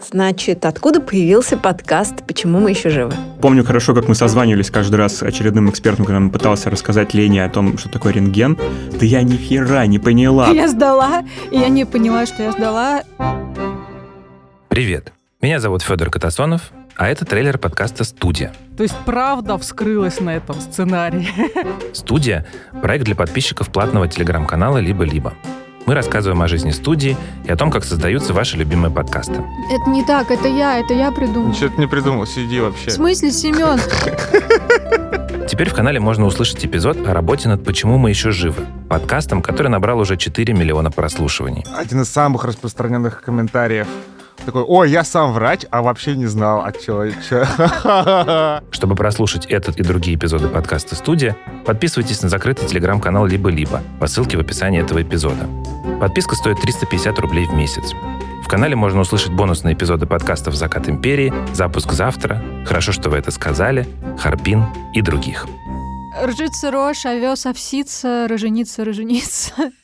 Значит, откуда появился подкаст «Почему мы еще живы»? Помню хорошо, как мы созванивались каждый раз с очередным экспертом, когда он пытался рассказать Лене о том, что такое рентген. Да я ни хера не поняла. Я сдала, и я не поняла, что я сдала. Привет, меня зовут Федор Катасонов, а это трейлер подкаста «Студия». То есть правда вскрылась на этом сценарии. «Студия» — проект для подписчиков платного телеграм-канала «Либо-либо». Мы рассказываем о жизни студии и о том, как создаются ваши любимые подкасты. Это не так, это я придумал. Ничего ты не придумал, сиди вообще. В смысле, Семен? Теперь в канале можно услышать эпизод о работе над «Почему мы еще живы», подкастом, который набрал уже 4 миллиона прослушиваний. Один из самых распространенных комментариев. Такой: ой, я сам врач, а вообще не знал, а чё. Чтобы прослушать этот и другие эпизоды подкаста «Студия», подписывайтесь на закрытый телеграм-канал «Либо-либо» по ссылке в описании этого эпизода. Подписка стоит 350 рублей в месяц. В канале можно услышать бонусные эпизоды подкастов «Закат империи», «Запуск завтра», «Хорошо, что вы это сказали», «Харбин» и других. Ржица рожь, овес овсица, роженица роженица.